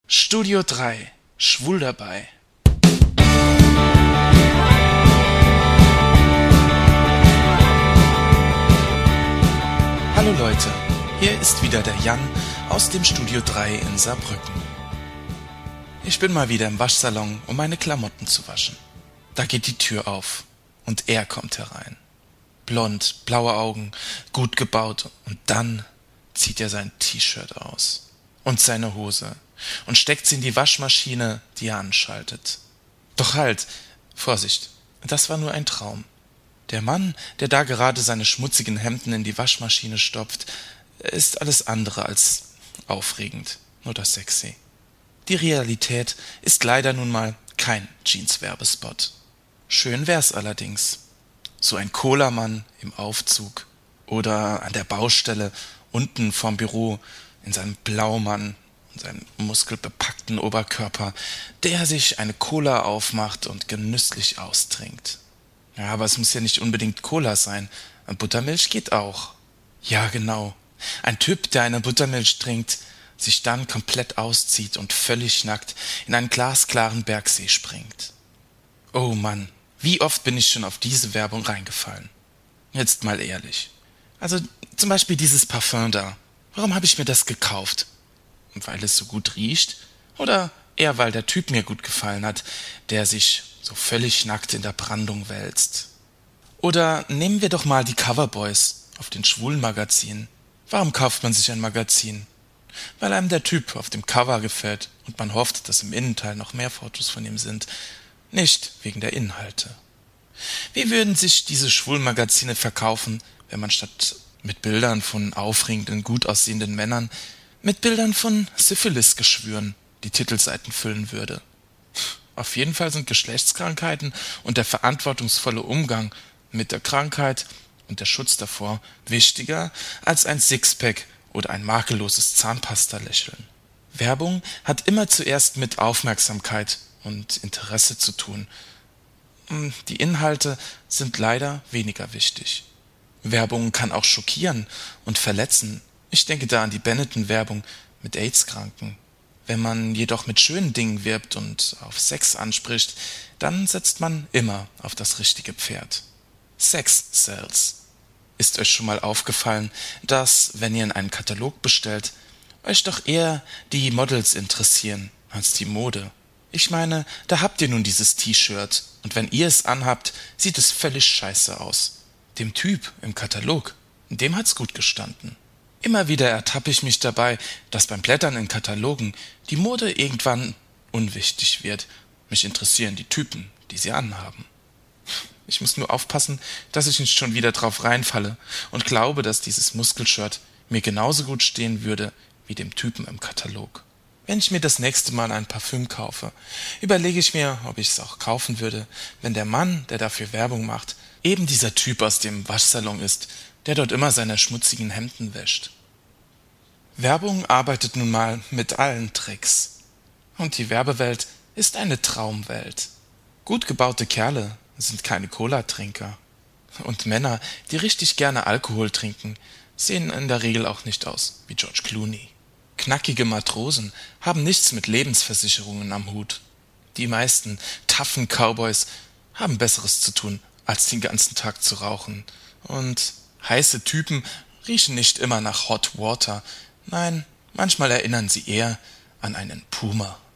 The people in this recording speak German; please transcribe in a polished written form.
Studio 3 Schwul dabei. Hallo Leute, hier ist wieder der Jan aus dem Studio 3 in Saarbrücken. Ich bin mal wieder im Waschsalon, um meine Klamotten zu waschen. Da geht die Tür auf und er kommt herein. Blond, blaue Augen, gut gebaut, und dann zieht er sein T-Shirt aus und seine Hose und steckt sie in die Waschmaschine, die er anschaltet. Doch halt, Vorsicht, das war nur ein Traum. Der Mann, der da gerade seine schmutzigen Hemden in die Waschmaschine stopft, ist alles andere als aufregend oder sexy. Die Realität ist leider nun mal kein Jeans-Werbespot. Schön wär's allerdings. So ein Cola-Mann im Aufzug oder an der Baustelle unten vorm Büro in seinem Blaumann und seinem muskelbepackten Oberkörper, der sich eine Cola aufmacht und genüsslich austrinkt. Ja, aber es muss ja nicht unbedingt Cola sein. Buttermilch geht auch. Ja, genau. Ein Typ, der eine Buttermilch trinkt, sich dann komplett auszieht und völlig nackt in einen glasklaren Bergsee springt. Oh Mann, wie oft bin ich schon auf diese Werbung reingefallen? Jetzt mal ehrlich. Also zum Beispiel dieses Parfüm da. Warum habe ich mir das gekauft? Weil es so gut riecht? Oder eher weil der Typ mir gut gefallen hat, der sich so völlig nackt in der Brandung wälzt? Oder nehmen wir doch mal die Coverboys auf den schwulen Magazinen. Warum kauft man sich ein Magazin? Weil einem der Typ auf dem Cover gefällt und man hofft, dass im Innenteil noch mehr Fotos von ihm sind. Nicht wegen der Inhalte. Wie würden sich diese schwulen Magazine verkaufen, wenn man statt mit Bildern von aufregenden, gut aussehenden Männern mit Bildern von Syphilis-Geschwüren die Titelseiten füllen würde? Auf jeden Fall sind Geschlechtskrankheiten und der verantwortungsvolle Umgang mit der Krankheit und der Schutz davor wichtiger als ein Sixpack oder ein makelloses Zahnpasta-Lächeln. Werbung hat immer zuerst mit Aufmerksamkeit und Interesse zu tun. Die Inhalte sind leider weniger wichtig. Werbung kann auch schockieren und verletzen. Ich denke da an die Benetton-Werbung mit AIDS-Kranken. Wenn man jedoch mit schönen Dingen wirbt und auf Sex anspricht, dann setzt man immer auf das richtige Pferd. Sex sells. Ist euch schon mal aufgefallen, dass, wenn ihr in einen Katalog bestellt, euch doch eher die Models interessieren als die Mode? Ich meine, da habt ihr nun dieses T-Shirt, und wenn ihr es anhabt, sieht es völlig scheiße aus. Dem Typ im Katalog, dem hat's gut gestanden. Immer wieder ertappe ich mich dabei, dass beim Blättern in Katalogen die Mode irgendwann unwichtig wird. Mich interessieren die Typen, die sie anhaben. Ich muss nur aufpassen, dass ich nicht schon wieder drauf reinfalle und glaube, dass dieses Muskelshirt mir genauso gut stehen würde wie dem Typen im Katalog. Wenn ich mir das nächste Mal ein Parfüm kaufe, überlege ich mir, ob ich es auch kaufen würde, wenn der Mann, der dafür Werbung macht, eben dieser Typ aus dem Waschsalon ist, der dort immer seine schmutzigen Hemden wäscht. Werbung arbeitet nun mal mit allen Tricks. Und die Werbewelt ist eine Traumwelt. Gut gebaute Kerle sind keine Cola-Trinker. Und Männer, die richtig gerne Alkohol trinken, sehen in der Regel auch nicht aus wie George Clooney. Knackige Matrosen haben nichts mit Lebensversicherungen am Hut. Die meisten taffen Cowboys haben Besseres zu tun, als den ganzen Tag zu rauchen. Und heiße Typen riechen nicht immer nach Hot Water. Nein, manchmal erinnern sie eher an einen Puma.